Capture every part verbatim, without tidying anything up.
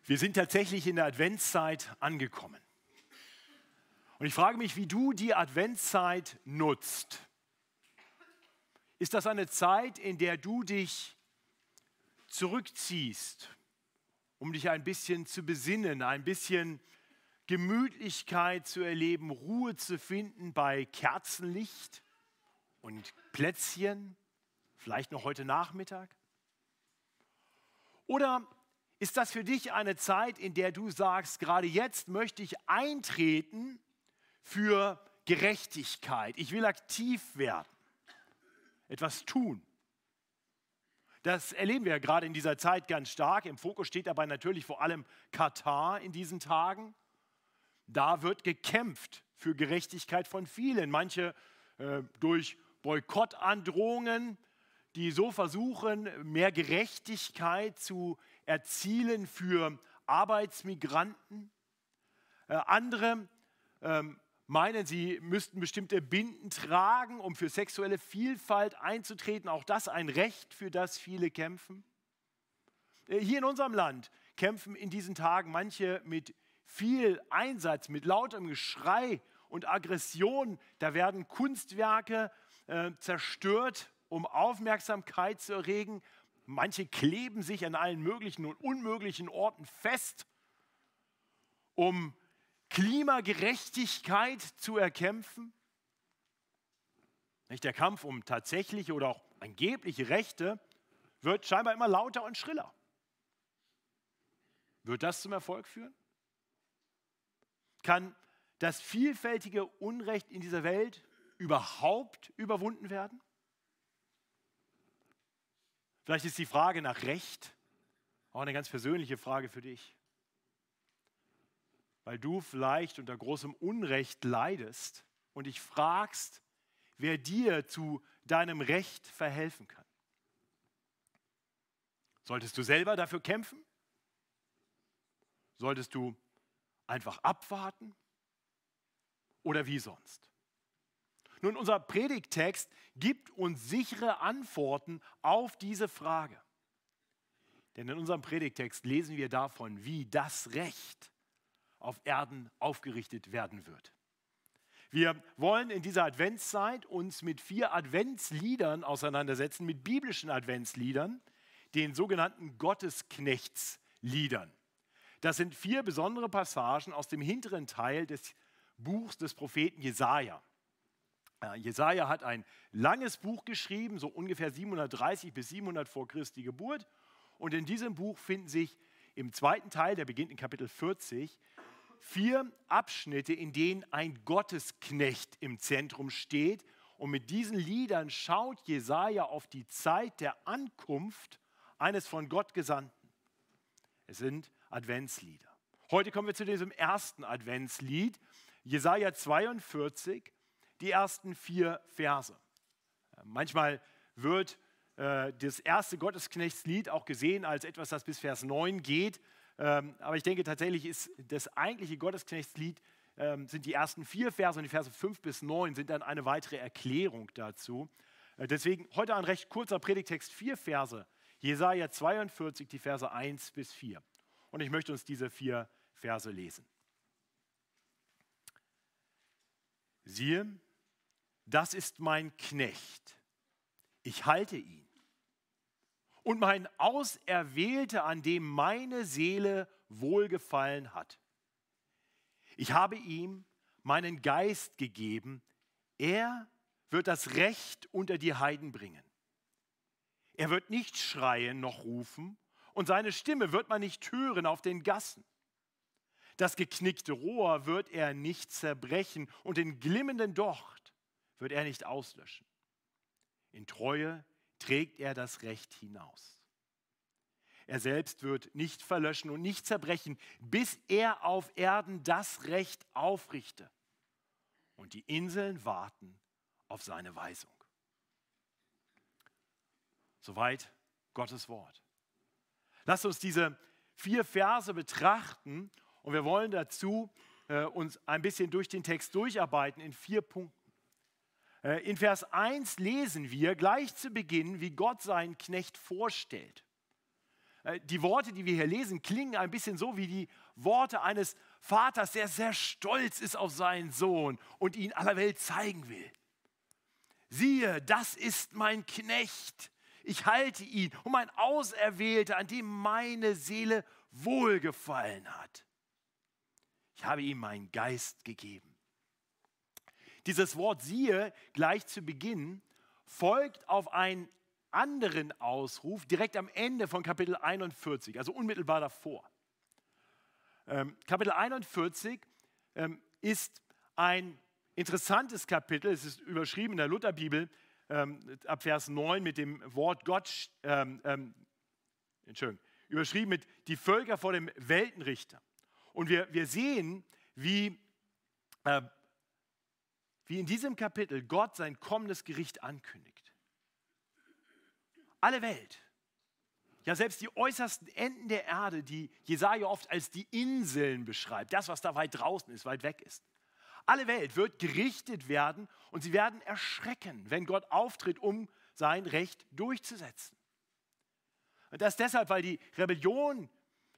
Wir sind tatsächlich in der Adventszeit angekommen. Und ich frage mich, wie du die Adventszeit nutzt. Ist das eine Zeit, in der du dich zurückziehst, um dich ein bisschen zu besinnen, ein bisschen Gemütlichkeit zu erleben, Ruhe zu finden bei Kerzenlicht und Plätzchen, vielleicht noch heute Nachmittag? Oder ist das für dich eine Zeit, in der du sagst, gerade jetzt möchte ich eintreten für Gerechtigkeit. Ich will aktiv werden, etwas tun. Das erleben wir ja gerade in dieser Zeit ganz stark. Im Fokus steht dabei natürlich vor allem Katar in diesen Tagen. Da wird gekämpft für Gerechtigkeit von vielen. Manche äh, durch Boykottandrohungen, die so versuchen, mehr Gerechtigkeit zu erzielen für Arbeitsmigranten. Äh, andere ähm, meinen, sie müssten bestimmte Binden tragen, um für sexuelle Vielfalt einzutreten. Auch das ein Recht, für das viele kämpfen. Äh, hier in unserem Land kämpfen in diesen Tagen manche mit viel Einsatz, mit lautem Geschrei und Aggression. Da werden Kunstwerke äh, zerstört, um Aufmerksamkeit zu erregen. Manche kleben sich an allen möglichen und unmöglichen Orten fest, um Klimagerechtigkeit zu erkämpfen. Nicht, der Kampf um tatsächliche oder auch angebliche Rechte wird scheinbar immer lauter und schriller. Wird das zum Erfolg führen? Kann das vielfältige Unrecht in dieser Welt überhaupt überwunden werden? Vielleicht ist die Frage nach Recht auch eine ganz persönliche Frage für dich. Weil du vielleicht unter großem Unrecht leidest und dich fragst, wer dir zu deinem Recht verhelfen kann. Solltest du selber dafür kämpfen? Solltest du einfach abwarten? Oder wie sonst? Nun, unser Predigttext gibt uns sichere Antworten auf diese Frage. Denn in unserem Predigttext lesen wir davon, wie das Recht auf Erden aufgerichtet werden wird. Wir wollen in dieser Adventszeit uns mit vier Adventsliedern auseinandersetzen, mit biblischen Adventsliedern, den sogenannten Gottesknechtsliedern. Das sind vier besondere Passagen aus dem hinteren Teil des Buchs des Propheten Jesaja. Jesaja hat ein langes Buch geschrieben, so ungefähr siebenhundertdreißig bis siebenhundert vor Christi Geburt. Und in diesem Buch finden sich im zweiten Teil, der beginnt in Kapitel vierzig, vier Abschnitte, in denen ein Gottesknecht im Zentrum steht. Und mit diesen Liedern schaut Jesaja auf die Zeit der Ankunft eines von Gott Gesandten. Es sind Adventslieder. Heute kommen wir zu diesem ersten Adventslied, Jesaja zweiundvierzig, die ersten vier Verse. Manchmal wird äh, das erste Gottesknechtslied auch gesehen als etwas, das bis Vers neun geht. Ähm, aber ich denke tatsächlich ist das eigentliche Gottesknechtslied ähm, sind die ersten vier Verse und die Verse fünf bis neun sind dann eine weitere Erklärung dazu. Äh, deswegen heute ein recht kurzer Predigtext, vier Verse. Jesaja zweiundvierzig, die Verse eins bis vier. Und ich möchte uns diese vier Verse lesen. Siehe, das ist mein Knecht, ich halte ihn. Und mein Auserwählter, an dem meine Seele wohlgefallen hat. Ich habe ihm meinen Geist gegeben, er wird das Recht unter die Heiden bringen. Er wird nicht schreien noch rufen und seine Stimme wird man nicht hören auf den Gassen. Das geknickte Rohr wird er nicht zerbrechen und den glimmenden Docht wird er nicht auslöschen. In Treue trägt er das Recht hinaus. Er selbst wird nicht verlöschen und nicht zerbrechen, bis er auf Erden das Recht aufrichte. Und die Inseln warten auf seine Weisung. Soweit Gottes Wort. Lasst uns diese vier Verse betrachten und wir wollen dazu äh, uns ein bisschen durch den Text durcharbeiten in vier Punkten. Äh, in Vers eins lesen wir gleich zu Beginn, wie Gott seinen Knecht vorstellt. Äh, Die Worte, die wir hier lesen, klingen ein bisschen so wie die Worte eines Vaters, der sehr stolz ist auf seinen Sohn und ihn aller Welt zeigen will. Siehe, das ist mein Knecht. Ich halte ihn und mein Auserwählter, an dem meine Seele wohlgefallen hat. Ich habe ihm meinen Geist gegeben. Dieses Wort siehe gleich zu Beginn folgt auf einen anderen Ausruf direkt am Ende von Kapitel einundvierzig, also unmittelbar davor. Ähm, Kapitel einundvierzig ähm, ist ein interessantes Kapitel. Es ist überschrieben in der Lutherbibel ähm, ab Vers neun mit dem Wort Gott, ähm, ähm, Entschuldigung, überschrieben mit die Völker vor dem Weltenrichter. Und wir, wir sehen, wie, äh, wie in diesem Kapitel Gott sein kommendes Gericht ankündigt. Alle Welt, ja selbst die äußersten Enden der Erde, die Jesaja oft als die Inseln beschreibt, das, was da weit draußen ist, weit weg ist. Alle Welt wird gerichtet werden und sie werden erschrecken, wenn Gott auftritt, um sein Recht durchzusetzen. Und das deshalb, weil die Rebellion,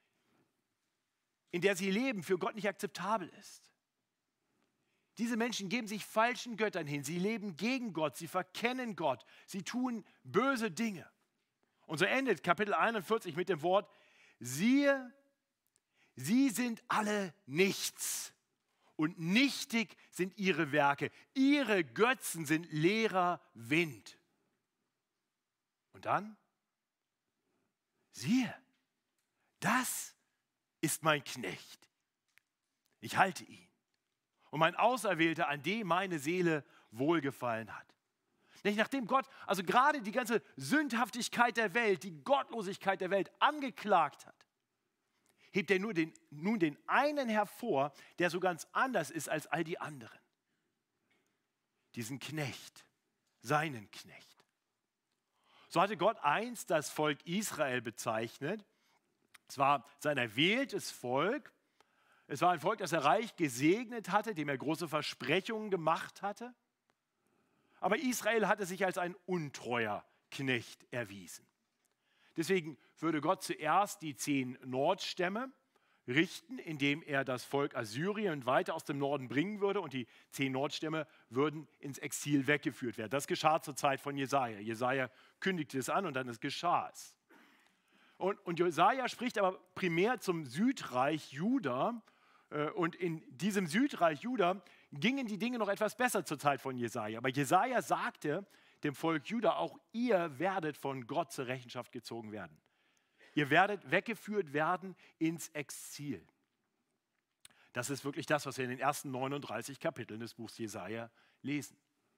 in der sie leben, für Gott nicht akzeptabel ist. Diese Menschen geben sich falschen Göttern hin, sie leben gegen Gott, sie verkennen Gott, sie tun böse Dinge. Und so endet Kapitel einundvierzig mit dem Wort, siehe, sie sind alle nichts und nichtig sind ihre Werke, ihre Götzen sind leerer Wind. Und dann, siehe, das ist mein Knecht. Ich halte ihn. Und mein Auserwählter, an dem meine Seele wohlgefallen hat. Nicht, nachdem Gott also gerade die ganze Sündhaftigkeit der Welt, die Gottlosigkeit der Welt angeklagt hat, hebt er nur den, nun den einen hervor, der so ganz anders ist als all die anderen. Diesen Knecht, seinen Knecht. So hatte Gott einst das Volk Israel bezeichnet. Es war sein erwähltes Volk. Es war ein Volk, das er reich gesegnet hatte, dem er große Versprechungen gemacht hatte. Aber Israel hatte sich als ein untreuer Knecht erwiesen. Deswegen würde Gott zuerst die zehn Nordstämme richten, indem er das Volk Assyrien weiter aus dem Norden bringen würde und die zehn Nordstämme würden ins Exil weggeführt werden. Das geschah zur Zeit von Jesaja. Jesaja kündigte es an und dann geschah es. Und, und Jesaja spricht aber primär zum Südreich Juda. Und in diesem Südreich Juda gingen die Dinge noch etwas besser zur Zeit von Jesaja. Aber Jesaja sagte dem Volk Juda, auch ihr werdet von Gott zur Rechenschaft gezogen werden. Ihr werdet weggeführt werden ins Exil. Das ist wirklich das, was wir in den ersten neununddreißig Kapiteln des Buchs Jesaja lesen.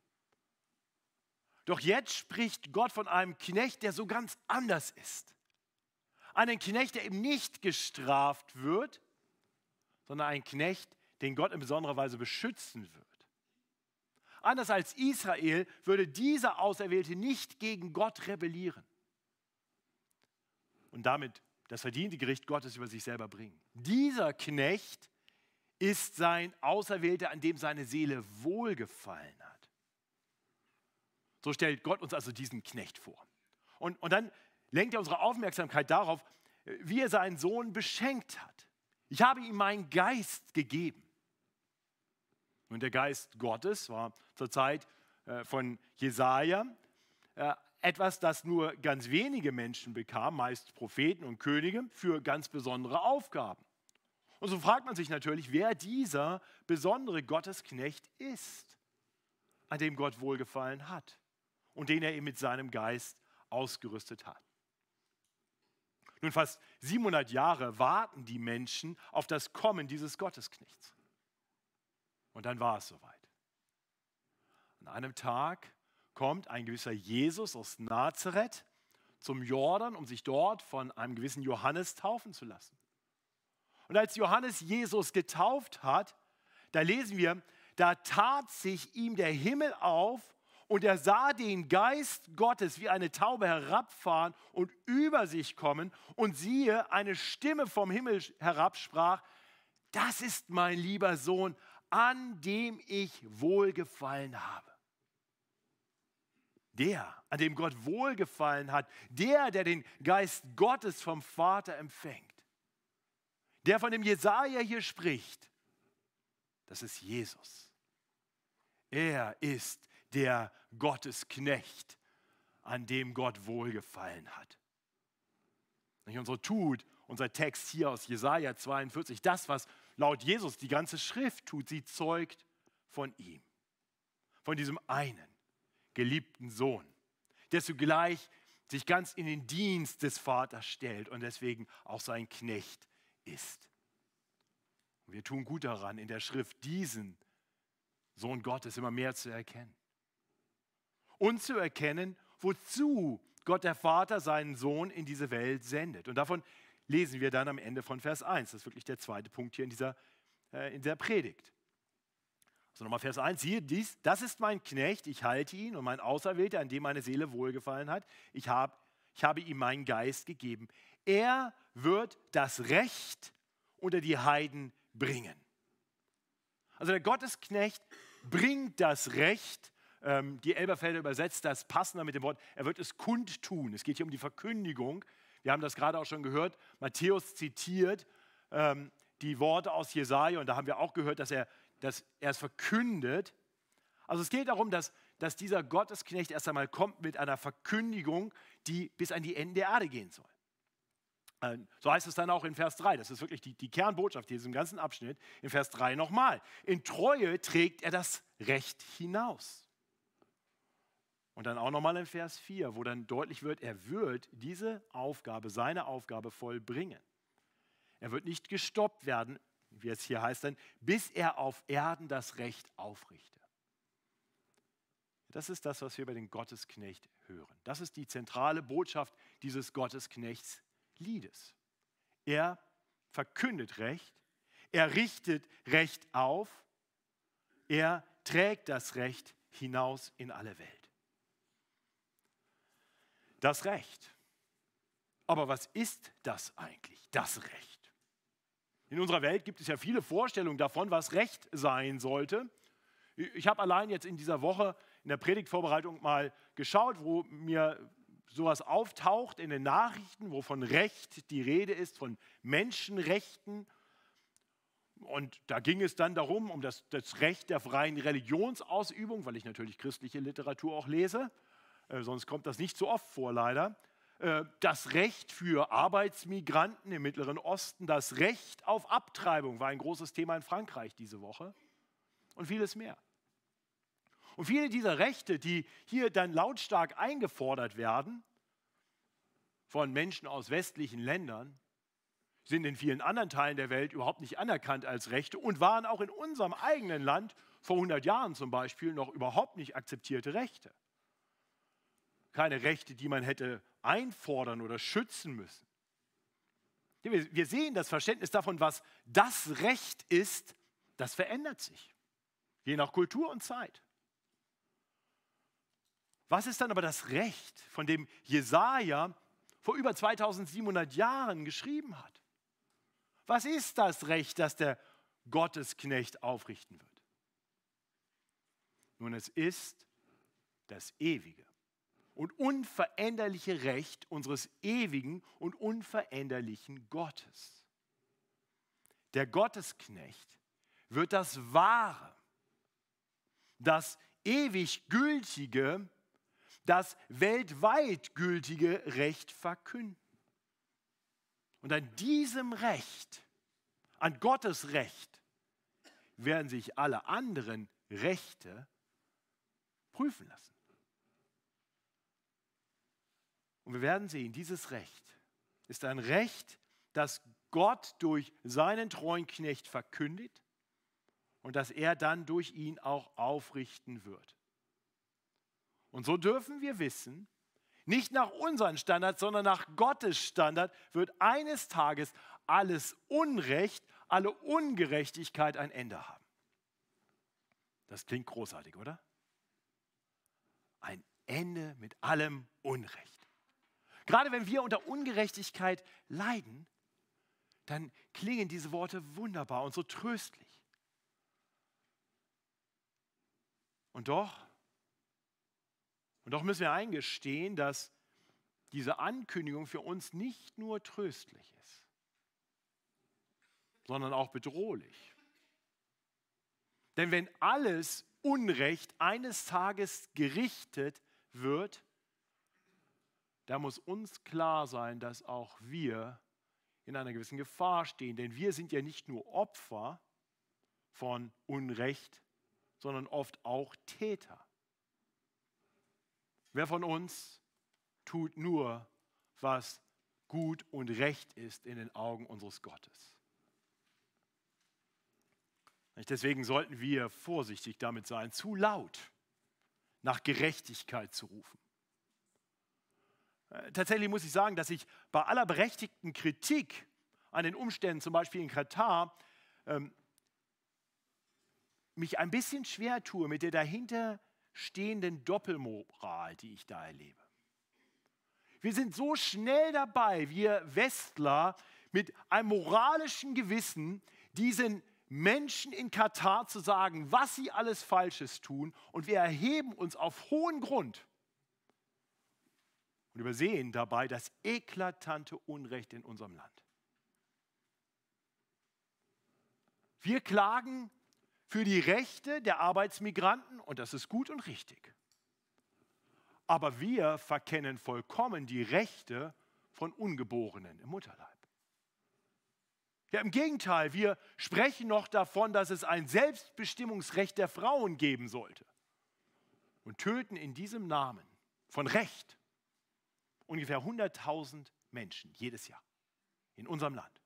Doch jetzt spricht Gott von einem Knecht, der so ganz anders ist. Einen Knecht, der eben nicht gestraft wird, sondern ein Knecht, den Gott in besonderer Weise beschützen wird. Anders als Israel würde dieser Auserwählte nicht gegen Gott rebellieren und damit das verdiente Gericht Gottes über sich selber bringen. Dieser Knecht ist sein Auserwählter, an dem seine Seele wohlgefallen hat. So stellt Gott uns also diesen Knecht vor. Und, und dann lenkt er unsere Aufmerksamkeit darauf, wie er seinen Sohn beschenkt hat. Ich habe ihm meinen Geist gegeben. Und der Geist Gottes war zur Zeit äh, von Jesaja äh, etwas, das nur ganz wenige Menschen bekamen, meist Propheten und Könige, für ganz besondere Aufgaben. Und so fragt man sich natürlich, wer dieser besondere Gottesknecht ist, an dem Gott wohlgefallen hat und den er eben mit seinem Geist ausgerüstet hat. Nun, fast siebenhundert Jahre warten die Menschen auf das Kommen dieses Gottesknechts. Und dann war es soweit. An einem Tag kommt ein gewisser Jesus aus Nazareth zum Jordan, um sich dort von einem gewissen Johannes taufen zu lassen. Und als Johannes Jesus getauft hat, da lesen wir, da tat sich ihm der Himmel auf und er sah den Geist Gottes wie eine Taube herabfahren und über sich kommen. Und siehe, eine Stimme vom Himmel herabsprach, das ist mein lieber Sohn, an dem ich wohlgefallen habe. Der, an dem Gott wohlgefallen hat, der, der den Geist Gottes vom Vater empfängt, der von dem Jesaja hier spricht, das ist Jesus. Er ist der Gottesknecht, an dem Gott wohlgefallen hat. Und so tut unser Text hier aus Jesaja zweiundvierzig das, was laut Jesus die ganze Schrift tut. Sie zeugt von ihm, von diesem einen geliebten Sohn, der zugleich sich ganz in den Dienst des Vaters stellt und deswegen auch sein Knecht ist. Und wir tun gut daran, in der Schrift diesen Sohn Gottes immer mehr zu erkennen. Und zu erkennen, wozu Gott der Vater seinen Sohn in diese Welt sendet. Und davon lesen wir dann am Ende von Vers eins. Das ist wirklich der zweite Punkt hier in dieser, äh, in dieser Predigt. Also nochmal Vers eins. Siehe dies, das ist mein Knecht, ich halte ihn und mein Auserwählter, an dem meine Seele wohlgefallen hat. Ich, hab, ich habe ihm meinen Geist gegeben. Er wird das Recht unter die Heiden bringen. Also der Gottesknecht bringt das Recht. Ähm, die Elberfelder übersetzt das passender mit dem Wort, er wird es kundtun. Es geht hier um die Verkündigung. Wir haben das gerade auch schon gehört. Matthäus zitiert ähm, die Worte aus Jesaja und da haben wir auch gehört, dass er, dass er es verkündet. Also es geht darum, dass, dass dieser Gottesknecht erst einmal kommt mit einer Verkündigung, die bis an die Enden der Erde gehen soll. Ähm, so heißt es dann auch in Vers drei. Das ist wirklich die, die Kernbotschaft hier in diesem ganzen Abschnitt. In Vers drei nochmal. In Treue trägt er das Recht hinaus. Und dann auch nochmal in Vers vier, wo dann deutlich wird, er wird diese Aufgabe, seine Aufgabe vollbringen. Er wird nicht gestoppt werden, wie es hier heißt dann, bis er auf Erden das Recht aufrichte. Das ist das, was wir bei den Gottesknecht hören. Das ist die zentrale Botschaft dieses Gottesknechtsliedes. Er verkündet Recht, er richtet Recht auf, er trägt das Recht hinaus in alle Welt. Das Recht. Aber was ist das eigentlich, das Recht? In unserer Welt gibt es ja viele Vorstellungen davon, was Recht sein sollte. Ich habe allein jetzt in dieser Woche in der Predigtvorbereitung mal geschaut, wo mir sowas auftaucht in den Nachrichten, wo von Recht die Rede ist, von Menschenrechten. Und da ging es dann darum, um das, das Recht der freien Religionsausübung, weil ich natürlich christliche Literatur auch lese. Äh, sonst kommt das nicht so oft vor, leider. Äh, das Recht für Arbeitsmigranten im Mittleren Osten, das Recht auf Abtreibung war ein großes Thema in Frankreich diese Woche und vieles mehr. Und viele dieser Rechte, die hier dann lautstark eingefordert werden von Menschen aus westlichen Ländern, sind in vielen anderen Teilen der Welt überhaupt nicht anerkannt als Rechte und waren auch in unserem eigenen Land vor hundert Jahren zum Beispiel noch überhaupt nicht akzeptierte Rechte. Keine Rechte, die man hätte einfordern oder schützen müssen. Wir sehen das Verständnis davon, was das Recht ist, das verändert sich, je nach Kultur und Zeit. Was ist dann aber das Recht, von dem Jesaja vor über zweitausendsiebenhundert Jahren geschrieben hat? Was ist das Recht, das der Gottesknecht aufrichten wird? Nun, es ist das ewige und unveränderliche Recht unseres ewigen und unveränderlichen Gottes. Der Gottesknecht wird das wahre, das ewig gültige, das weltweit gültige Recht verkünden. Und an diesem Recht, an Gottes Recht, werden sich alle anderen Rechte prüfen lassen. Und wir werden sehen, dieses Recht ist ein Recht, das Gott durch seinen treuen Knecht verkündet und das er dann durch ihn auch aufrichten wird. Und so dürfen wir wissen, nicht nach unseren Standards, sondern nach Gottes Standard wird eines Tages alles Unrecht, alle Ungerechtigkeit ein Ende haben. Das klingt großartig, oder? Ein Ende mit allem Unrecht. Gerade wenn wir unter Ungerechtigkeit leiden, dann klingen diese Worte wunderbar und so tröstlich. Und doch Und doch müssen wir eingestehen, dass diese Ankündigung für uns nicht nur tröstlich ist, sondern auch bedrohlich. Denn wenn alles Unrecht eines Tages gerichtet wird, da muss uns klar sein, dass auch wir in einer gewissen Gefahr stehen. Denn wir sind ja nicht nur Opfer von Unrecht, sondern oft auch Täter. Wer von uns tut nur, was gut und recht ist in den Augen unseres Gottes? Deswegen sollten wir vorsichtig damit sein, zu laut nach Gerechtigkeit zu rufen. Tatsächlich muss ich sagen, dass ich bei aller berechtigten Kritik an den Umständen, zum Beispiel in Katar, ähm, mich ein bisschen schwer tue mit der dahinter stehenden Doppelmoral, die ich da erlebe. Wir sind so schnell dabei, wir Westler, mit einem moralischen Gewissen diesen Menschen in Katar zu sagen, was sie alles Falsches tun, und wir erheben uns auf hohen Grund und übersehen dabei das eklatante Unrecht in unserem Land. Wir klagen für die Rechte der Arbeitsmigranten, und das ist gut und richtig. Aber wir verkennen vollkommen die Rechte von Ungeborenen im Mutterleib. Ja, im Gegenteil, wir sprechen noch davon, dass es ein Selbstbestimmungsrecht der Frauen geben sollte, und töten in diesem Namen von Recht ungefähr hunderttausend Menschen jedes Jahr in unserem Land.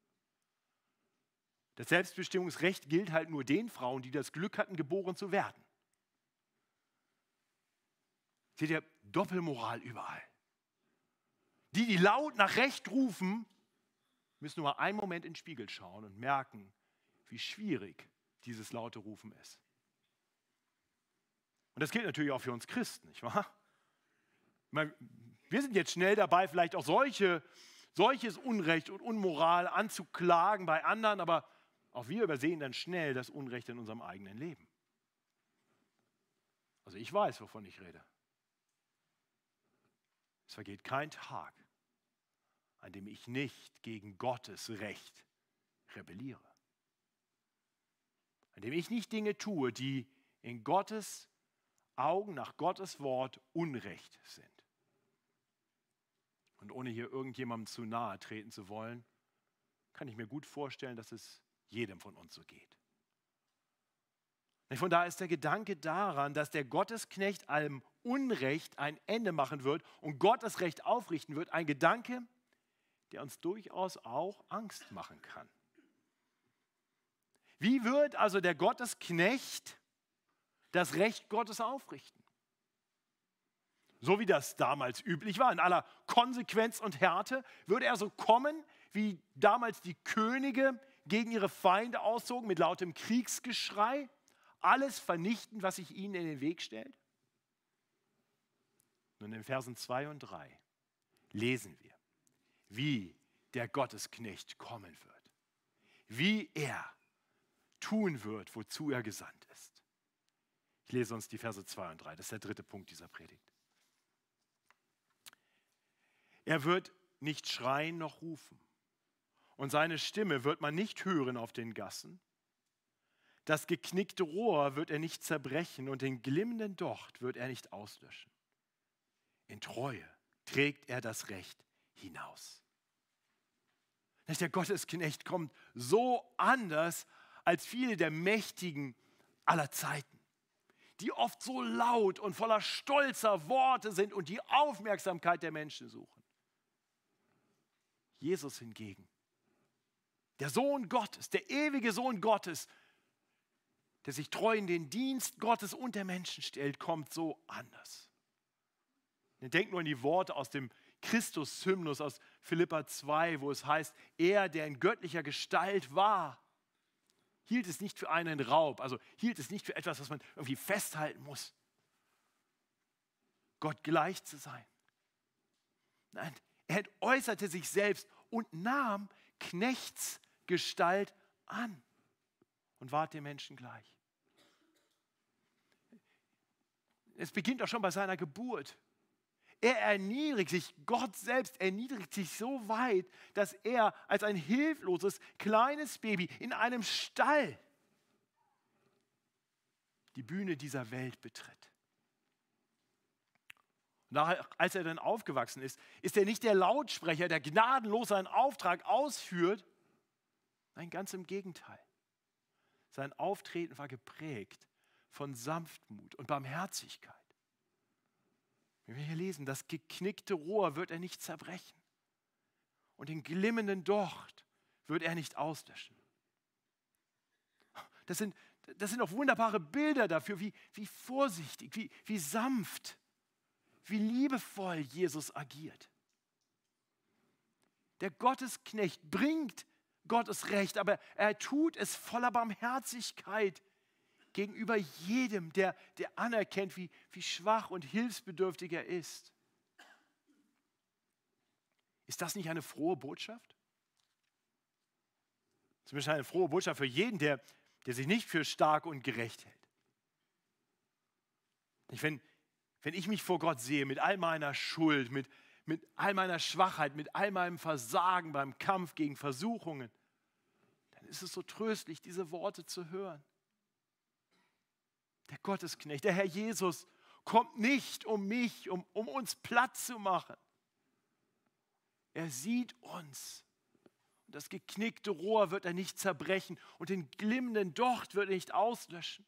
Das Selbstbestimmungsrecht gilt halt nur den Frauen, die das Glück hatten, geboren zu werden. Seht ihr, Doppelmoral überall. Die, die laut nach Recht rufen, müssen nur einen Moment in den Spiegel schauen und merken, wie schwierig dieses laute Rufen ist. Und das gilt natürlich auch für uns Christen, nicht wahr? Ich meine, wir sind jetzt schnell dabei, vielleicht auch solche, solches Unrecht und Unmoral anzuklagen bei anderen, aber auch wir übersehen dann schnell das Unrecht in unserem eigenen Leben. Also ich weiß, wovon ich rede. Es vergeht kein Tag, an dem ich nicht gegen Gottes Recht rebelliere. An dem ich nicht Dinge tue, die in Gottes Augen nach Gottes Wort Unrecht sind. Und ohne hier irgendjemandem zu nahe treten zu wollen, kann ich mir gut vorstellen, dass es jedem von uns so geht. Von daher ist der Gedanke daran, dass der Gottesknecht allem Unrecht ein Ende machen wird und Gottes Recht aufrichten wird, ein Gedanke, der uns durchaus auch Angst machen kann. Wie wird also der Gottesknecht das Recht Gottes aufrichten? So wie das damals üblich war, in aller Konsequenz und Härte, würde er so kommen, wie damals die Könige gegen ihre Feinde auszogen, mit lautem Kriegsgeschrei, alles vernichten, was sich ihnen in den Weg stellt? Nun, in Versen zwei und drei lesen wir, wie der Gottesknecht kommen wird, wie er tun wird, wozu er gesandt ist. Ich lese uns die Verse zwei und drei, das ist der dritte Punkt dieser Predigt. Er wird nicht schreien noch rufen, und seine Stimme wird man nicht hören auf den Gassen. Das geknickte Rohr wird er nicht zerbrechen, und den glimmenden Docht wird er nicht auslöschen. In Treue trägt er das Recht hinaus. Der Gottesknecht kommt so anders als viele der Mächtigen aller Zeiten, die oft so laut und voller stolzer Worte sind und die Aufmerksamkeit der Menschen suchen. Jesus hingegen, der Sohn Gottes, der ewige Sohn Gottes, der sich treu in den Dienst Gottes und der Menschen stellt, kommt so anders. Denkt nur an die Worte aus dem Christus-Hymnus aus Philipper zwei, wo es heißt, er, der in göttlicher Gestalt war, hielt es nicht für einen Raub, also hielt es nicht für etwas, was man irgendwie festhalten muss, Gott gleich zu sein. Nein, er äußerte sich selbst und nahm Knechtsgestalt an und ward dem Menschen gleich. Es beginnt auch schon bei seiner Geburt. Er erniedrigt sich, Gott selbst erniedrigt sich so weit, dass er als ein hilfloses, kleines Baby in einem Stall die Bühne dieser Welt betritt. Und als er dann aufgewachsen ist, ist er nicht der Lautsprecher, der gnadenlos seinen Auftrag ausführt. Nein, ganz im Gegenteil. Sein Auftreten war geprägt von Sanftmut und Barmherzigkeit. Wenn wir hier lesen, das geknickte Rohr wird er nicht zerbrechen und den glimmenden Docht wird er nicht auslöschen. Das sind, das sind auch wunderbare Bilder dafür, wie, wie vorsichtig, wie, wie sanft, wie liebevoll Jesus agiert. Der Gottesknecht bringt Gottes Recht, aber er tut es voller Barmherzigkeit gegenüber jedem, der, der anerkennt, wie, wie schwach und hilfsbedürftig er ist. Ist das nicht eine frohe Botschaft? Zumindest eine frohe Botschaft für jeden, der, der sich nicht für stark und gerecht hält. Ich, wenn, wenn ich mich vor Gott sehe mit all meiner Schuld, mit, mit all meiner Schwachheit, mit all meinem Versagen beim Kampf gegen Versuchungen, dann ist es so tröstlich, diese Worte zu hören. Der Gottesknecht, der Herr Jesus, kommt nicht, um mich, um, um uns platt zu machen. Er sieht uns. Und das geknickte Rohr wird er nicht zerbrechen und den glimmenden Docht wird er nicht auslöschen.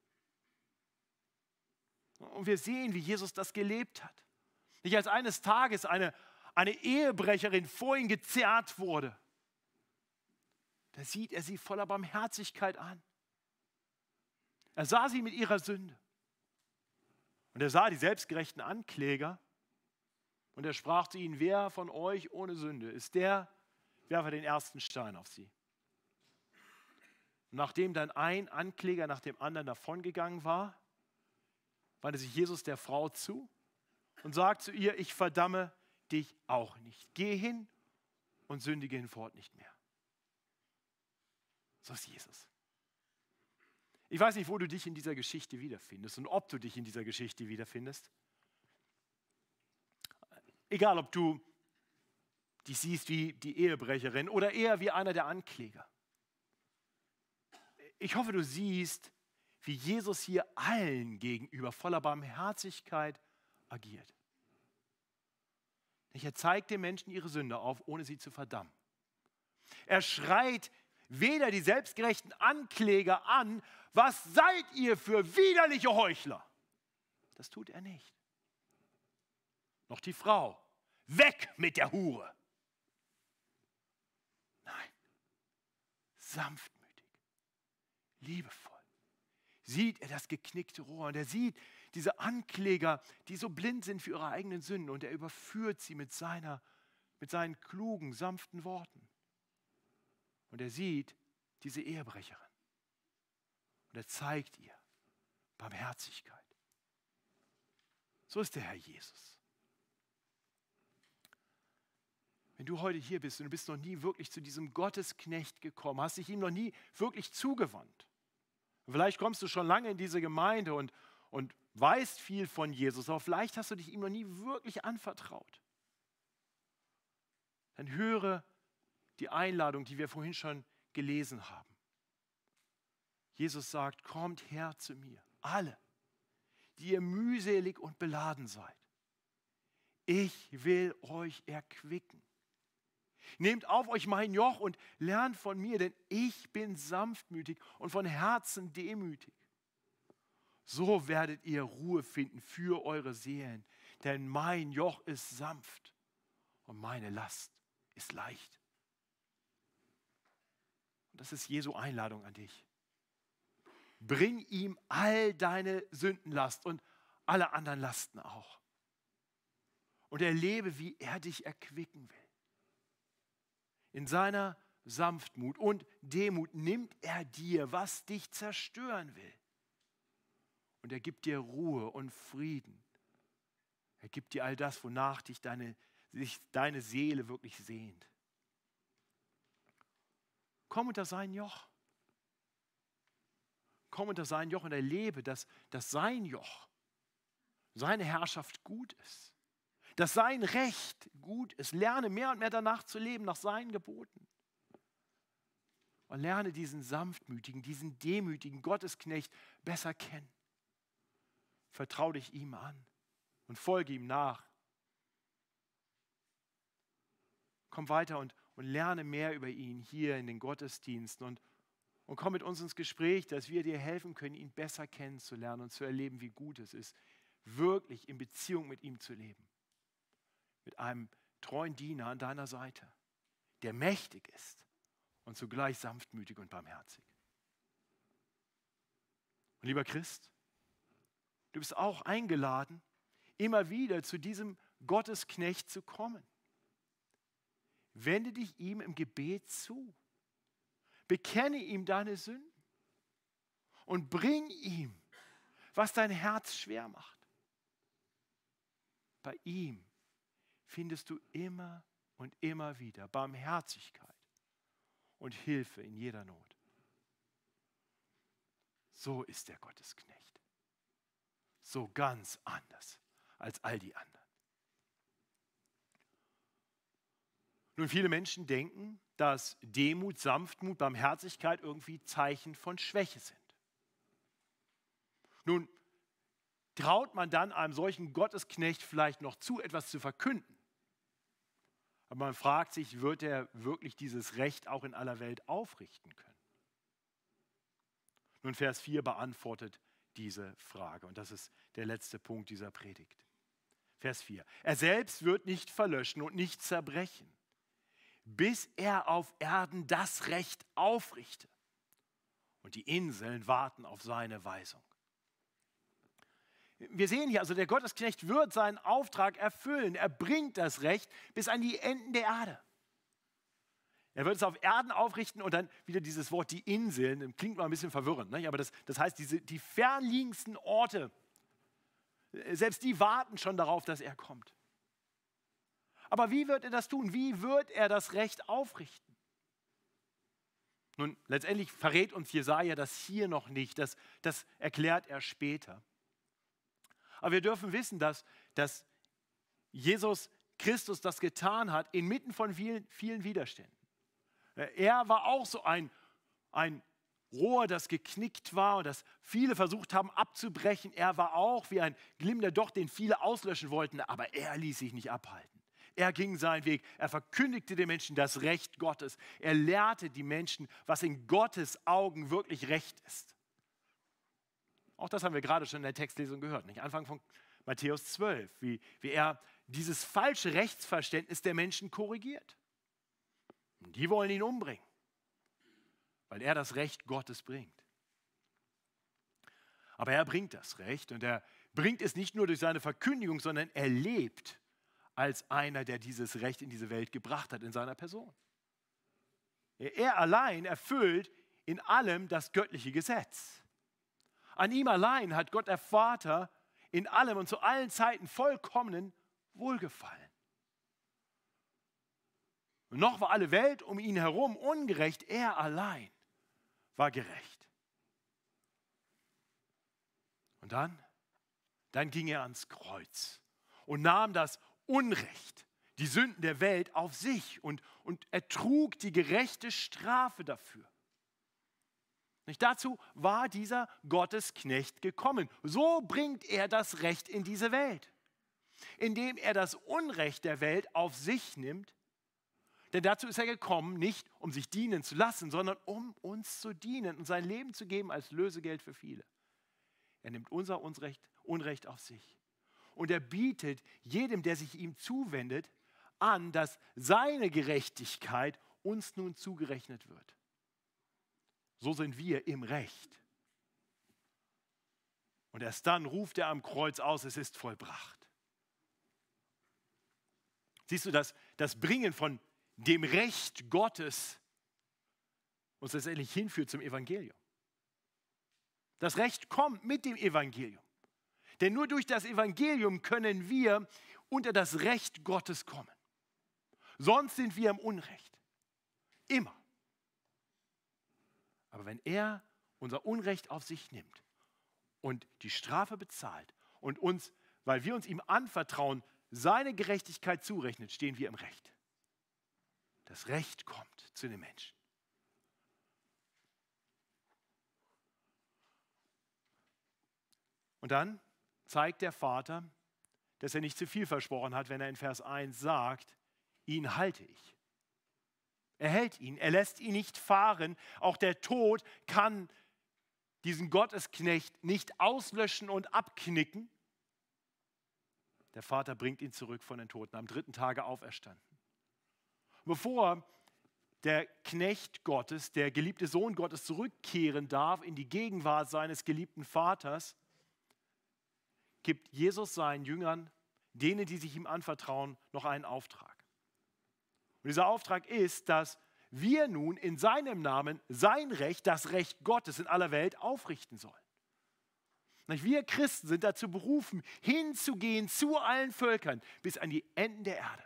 Und wir sehen, wie Jesus das gelebt hat. Nicht als eines Tages eine, eine Ehebrecherin vor ihn gezerrt wurde. Da sieht er sie voller Barmherzigkeit an. Er sah sie mit ihrer Sünde. Und er sah die selbstgerechten Ankläger. Und er sprach zu ihnen, wer von euch ohne Sünde ist, der werfe den ersten Stein auf sie. Und nachdem dann ein Ankläger nach dem anderen davongegangen war, wandte sich Jesus der Frau zu und sagt zu ihr, ich verdamme dich auch nicht. Geh hin und sündige hinfort nicht mehr. So ist Jesus. Ich weiß nicht, wo du dich in dieser Geschichte wiederfindest und ob du dich in dieser Geschichte wiederfindest. Egal, ob du dich siehst wie die Ehebrecherin oder eher wie einer der Ankläger. Ich hoffe, du siehst, wie Jesus hier allen gegenüber voller Barmherzigkeit agiert. Er zeigt den Menschen ihre Sünde auf, ohne sie zu verdammen. Er schreit weder die selbstgerechten Ankläger an, was seid ihr für widerliche Heuchler? Das tut er nicht. Noch die Frau, weg mit der Hure. Nein, sanftmütig, liebevoll sieht er das geknickte Rohr und er sieht diese Ankläger, die so blind sind für ihre eigenen Sünden und er überführt sie mit, seiner, mit seinen klugen, sanften Worten. Und er sieht diese Ehebrecherin und er zeigt ihr Barmherzigkeit. So ist der Herr Jesus. Wenn du heute hier bist und du bist noch nie wirklich zu diesem Gottesknecht gekommen, hast dich ihm noch nie wirklich zugewandt. Vielleicht kommst du schon lange in diese Gemeinde und, und weißt viel von Jesus, aber vielleicht hast du dich ihm noch nie wirklich anvertraut. Dann höre die Einladung, die wir vorhin schon gelesen haben. Jesus sagt, kommt her zu mir, alle, die ihr mühselig und beladen seid. Ich will euch erquicken. Nehmt auf euch mein Joch und lernt von mir, denn ich bin sanftmütig und von Herzen demütig. So werdet ihr Ruhe finden für eure Seelen, denn mein Joch ist sanft und meine Last ist leicht. Und das ist Jesu Einladung an dich. Bring ihm all deine Sündenlast und alle anderen Lasten auch. Und erlebe, wie er dich erquicken will. In seiner Sanftmut und Demut nimmt er dir, was dich zerstören will. Und er gibt dir Ruhe und Frieden. Er gibt dir all das, wonach dich deine, sich deine Seele wirklich sehnt. Komm unter sein Joch. Komm unter sein Joch und erlebe, dass, dass sein Joch seine Herrschaft gut ist, dass sein Recht gut ist. Lerne mehr und mehr danach zu leben, nach seinen Geboten. Und lerne diesen sanftmütigen, diesen demütigen Gottesknecht besser kennen. Vertrau dich ihm an und folge ihm nach. Komm weiter und, und lerne mehr über ihn hier in den Gottesdiensten und, und komm mit uns ins Gespräch, dass wir dir helfen können, ihn besser kennenzulernen und zu erleben, wie gut es ist, wirklich in Beziehung mit ihm zu leben. Mit einem treuen Diener an deiner Seite, der mächtig ist und zugleich sanftmütig und barmherzig. Und lieber Christ, du bist auch eingeladen, immer wieder zu diesem Gottesknecht zu kommen. Wende dich ihm im Gebet zu. Bekenne ihm deine Sünden und bring ihm, was dein Herz schwer macht. Bei ihm findest du immer und immer wieder Barmherzigkeit und Hilfe in jeder Not. So ist der Gottesknecht. So ganz anders als all die anderen. Nun, viele Menschen denken, dass Demut, Sanftmut, Barmherzigkeit irgendwie Zeichen von Schwäche sind. Nun, traut man dann einem solchen Gottesknecht vielleicht noch zu, etwas zu verkünden? Aber man fragt sich, wird er wirklich dieses Recht auch in aller Welt aufrichten können? Nun, Vers vier beantwortet diese Frage und das ist der letzte Punkt dieser Predigt. Vers vier. Er selbst wird nicht verlöschen und nicht zerbrechen, bis er auf Erden das Recht aufrichte. Und die Inseln warten auf seine Weisung. Wir sehen hier also, der Gottesknecht wird seinen Auftrag erfüllen. Er bringt das Recht bis an die Enden der Erde. Er wird es auf Erden aufrichten und dann wieder dieses Wort, die Inseln, klingt mal ein bisschen verwirrend, ne? Aber das, das heißt, diese, die fernliegendsten Orte, selbst die warten schon darauf, dass er kommt. Aber wie wird er das tun? Wie wird er das Recht aufrichten? Nun, letztendlich verrät uns Jesaja das hier noch nicht. Das, das erklärt er später. Aber wir dürfen wissen, dass, dass Jesus Christus das getan hat, inmitten von vielen, vielen Widerständen. Er war auch so ein, ein Rohr, das geknickt war und das viele versucht haben abzubrechen. Er war auch wie ein glimmender Docht, den viele auslöschen wollten, aber er ließ sich nicht abhalten. Er ging seinen Weg, er verkündigte den Menschen das Recht Gottes. Er lehrte die Menschen, was in Gottes Augen wirklich Recht ist. Auch das haben wir gerade schon in der Textlesung gehört, nicht? Anfang von Matthäus zwölf, wie, wie er dieses falsche Rechtsverständnis der Menschen korrigiert. Und die wollen ihn umbringen, weil er das Recht Gottes bringt. Aber er bringt das Recht und er bringt es nicht nur durch seine Verkündigung, sondern er lebt als einer, der dieses Recht in diese Welt gebracht hat in seiner Person. Er allein erfüllt in allem das göttliche Gesetz. An ihm allein hat Gott der Vater in allem und zu allen Zeiten vollkommenen Wohlgefallen. Und noch war alle Welt um ihn herum ungerecht, er allein war gerecht. Und dann, dann ging er ans Kreuz und nahm das Unrecht, die Sünden der Welt auf sich und, und ertrug die gerechte Strafe dafür. Nicht dazu war dieser Gottesknecht gekommen. So bringt er das Recht in diese Welt, indem er das Unrecht der Welt auf sich nimmt. Denn dazu ist er gekommen, nicht um sich dienen zu lassen, sondern um uns zu dienen und sein Leben zu geben als Lösegeld für viele. Er nimmt unser Unrecht, Unrecht auf sich. Und er bietet jedem, der sich ihm zuwendet, an, dass seine Gerechtigkeit uns nun zugerechnet wird. So sind wir im Recht. Und erst dann ruft er am Kreuz aus, es ist vollbracht. Siehst du, das, das Bringen von dem Recht Gottes uns letztendlich hinführt zum Evangelium. Das Recht kommt mit dem Evangelium. Denn nur durch das Evangelium können wir unter das Recht Gottes kommen. Sonst sind wir im Unrecht. Immer. Aber wenn er unser Unrecht auf sich nimmt und die Strafe bezahlt und uns weil wir uns ihm anvertrauen, seine Gerechtigkeit zurechnet, stehen wir im Recht. Das Recht kommt zu den Menschen. Und dann zeigt der Vater, dass er nicht zu viel versprochen hat, wenn er in Vers eins sagt, ihn halte ich. Er hält ihn, er lässt ihn nicht fahren. Auch der Tod kann diesen Gottesknecht nicht auslöschen und abknicken. Der Vater bringt ihn zurück von den Toten, am dritten Tage auferstanden. Bevor der Knecht Gottes, der geliebte Sohn Gottes zurückkehren darf in die Gegenwart seines geliebten Vaters, gibt Jesus seinen Jüngern, denen, die sich ihm anvertrauen, noch einen Auftrag. Und dieser Auftrag ist, dass wir nun in seinem Namen sein Recht, das Recht Gottes in aller Welt aufrichten sollen. Wir Christen sind dazu berufen, hinzugehen zu allen Völkern bis an die Enden der Erde.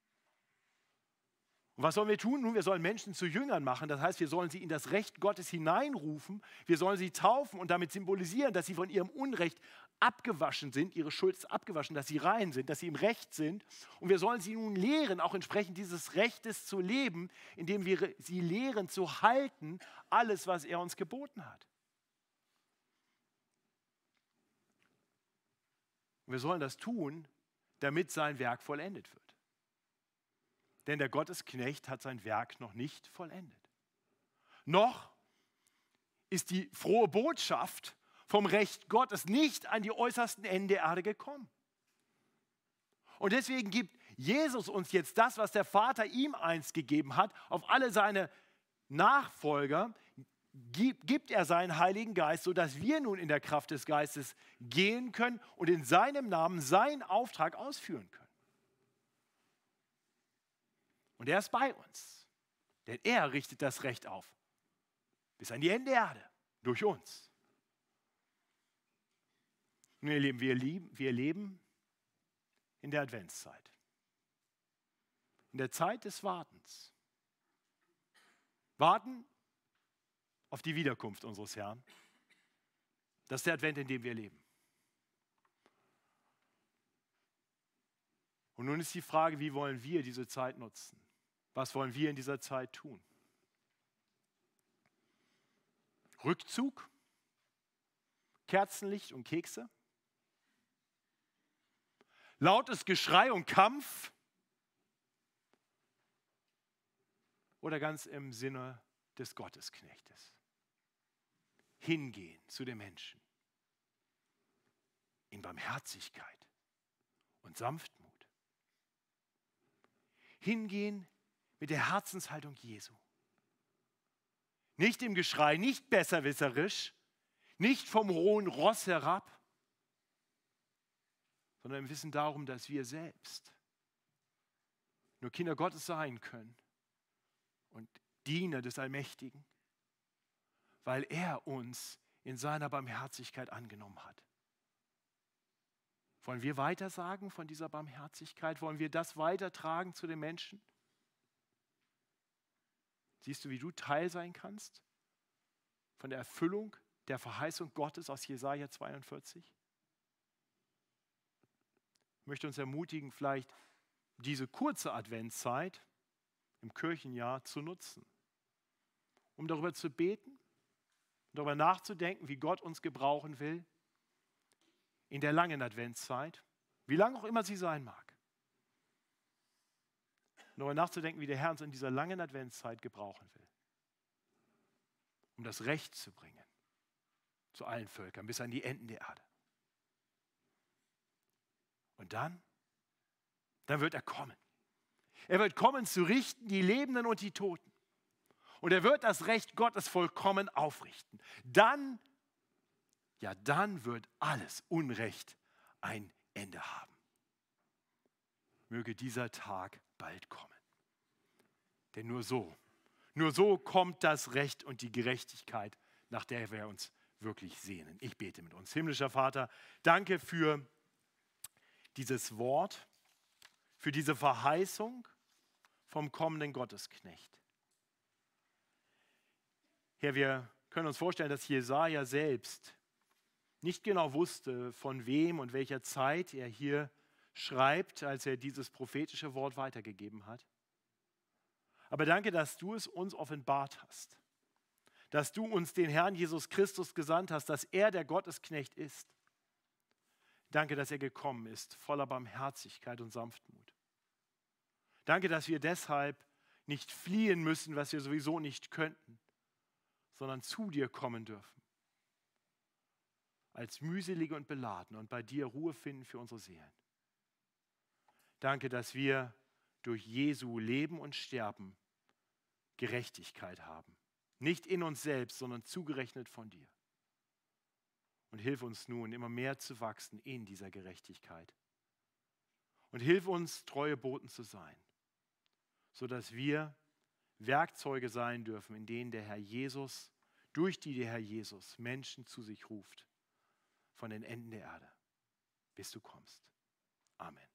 Und was sollen wir tun? Nun, wir sollen Menschen zu Jüngern machen. Das heißt, wir sollen sie in das Recht Gottes hineinrufen. Wir sollen sie taufen und damit symbolisieren, dass sie von ihrem Unrecht abgewaschen sind, ihre Schuld ist abgewaschen, dass sie rein sind, dass sie im Recht sind. Und wir sollen sie nun lehren, auch entsprechend dieses Rechtes zu leben, indem wir sie lehren zu halten, alles, was er uns geboten hat. Und wir sollen das tun, damit sein Werk vollendet wird. Denn der Gottesknecht hat sein Werk noch nicht vollendet. Noch ist die frohe Botschaft vom Recht Gottes nicht an die äußersten Enden der Erde gekommen. Und deswegen gibt Jesus uns jetzt das, was der Vater ihm einst gegeben hat, auf alle seine Nachfolger, gibt er seinen Heiligen Geist, sodass wir nun in der Kraft des Geistes gehen können und in seinem Namen seinen Auftrag ausführen können. Und er ist bei uns, denn er richtet das Recht auf, bis an die Ende der Erde, durch uns. Nun, ihr Lieben, wir, lieben, wir leben in der Adventszeit, in der Zeit des Wartens. Warten auf die Wiederkunft unseres Herrn. Das ist der Advent, in dem wir leben. Und nun ist die Frage, wie wollen wir diese Zeit nutzen? Was wollen wir in dieser Zeit tun? Rückzug, Kerzenlicht und Kekse, lautes Geschrei und Kampf oder ganz im Sinne des Gottesknechtes. Hingehen zu den Menschen in Barmherzigkeit und Sanftmut. Hingehen mit der Herzenshaltung Jesu. Nicht im Geschrei, nicht besserwisserisch, nicht vom hohen Ross herab, sondern im Wissen darum, dass wir selbst nur Kinder Gottes sein können und Diener des Allmächtigen, weil er uns in seiner Barmherzigkeit angenommen hat. Wollen wir weitersagen von dieser Barmherzigkeit? Wollen wir das weitertragen zu den Menschen? Siehst du, wie du Teil sein kannst von der Erfüllung der Verheißung Gottes aus Jesaja zweiundvierzig? Ich möchte uns ermutigen, vielleicht diese kurze Adventszeit im Kirchenjahr zu nutzen, um darüber zu beten, darüber nachzudenken, wie Gott uns gebrauchen will in der langen Adventszeit, wie lang auch immer sie sein mag. Darüber nachzudenken, wie der Herr uns in dieser langen Adventszeit gebrauchen will, um das Recht zu bringen zu allen Völkern, bis an die Enden der Erde. Und dann, dann wird er kommen. Er wird kommen, zu richten die Lebenden und die Toten. Und er wird das Recht Gottes vollkommen aufrichten. Dann, ja, dann wird alles Unrecht ein Ende haben. Möge dieser Tag bald kommen. Denn nur so, nur so kommt das Recht und die Gerechtigkeit, nach der wir uns wirklich sehnen. Ich bete mit uns. Himmlischer Vater, danke für dieses Wort, für diese Verheißung vom kommenden Gottesknecht. Herr, wir können uns vorstellen, dass Jesaja selbst nicht genau wusste, von wem und welcher Zeit er hier schreibt, als er dieses prophetische Wort weitergegeben hat. Aber danke, dass du es uns offenbart hast, dass du uns den Herrn Jesus Christus gesandt hast, dass er der Gottesknecht ist. Danke, dass er gekommen ist, voller Barmherzigkeit und Sanftmut. Danke, dass wir deshalb nicht fliehen müssen, was wir sowieso nicht könnten, sondern zu dir kommen dürfen. Als mühselige und beladene und bei dir Ruhe finden für unsere Seelen. Danke, dass wir durch Jesu Leben und Sterben Gerechtigkeit haben. Nicht in uns selbst, sondern zugerechnet von dir. Und hilf uns nun, immer mehr zu wachsen in dieser Gerechtigkeit. Und hilf uns, treue Boten zu sein, sodass wir Werkzeuge sein dürfen, in denen der Herr Jesus, durch die der Herr Jesus Menschen zu sich ruft, von den Enden der Erde, bis du kommst. Amen.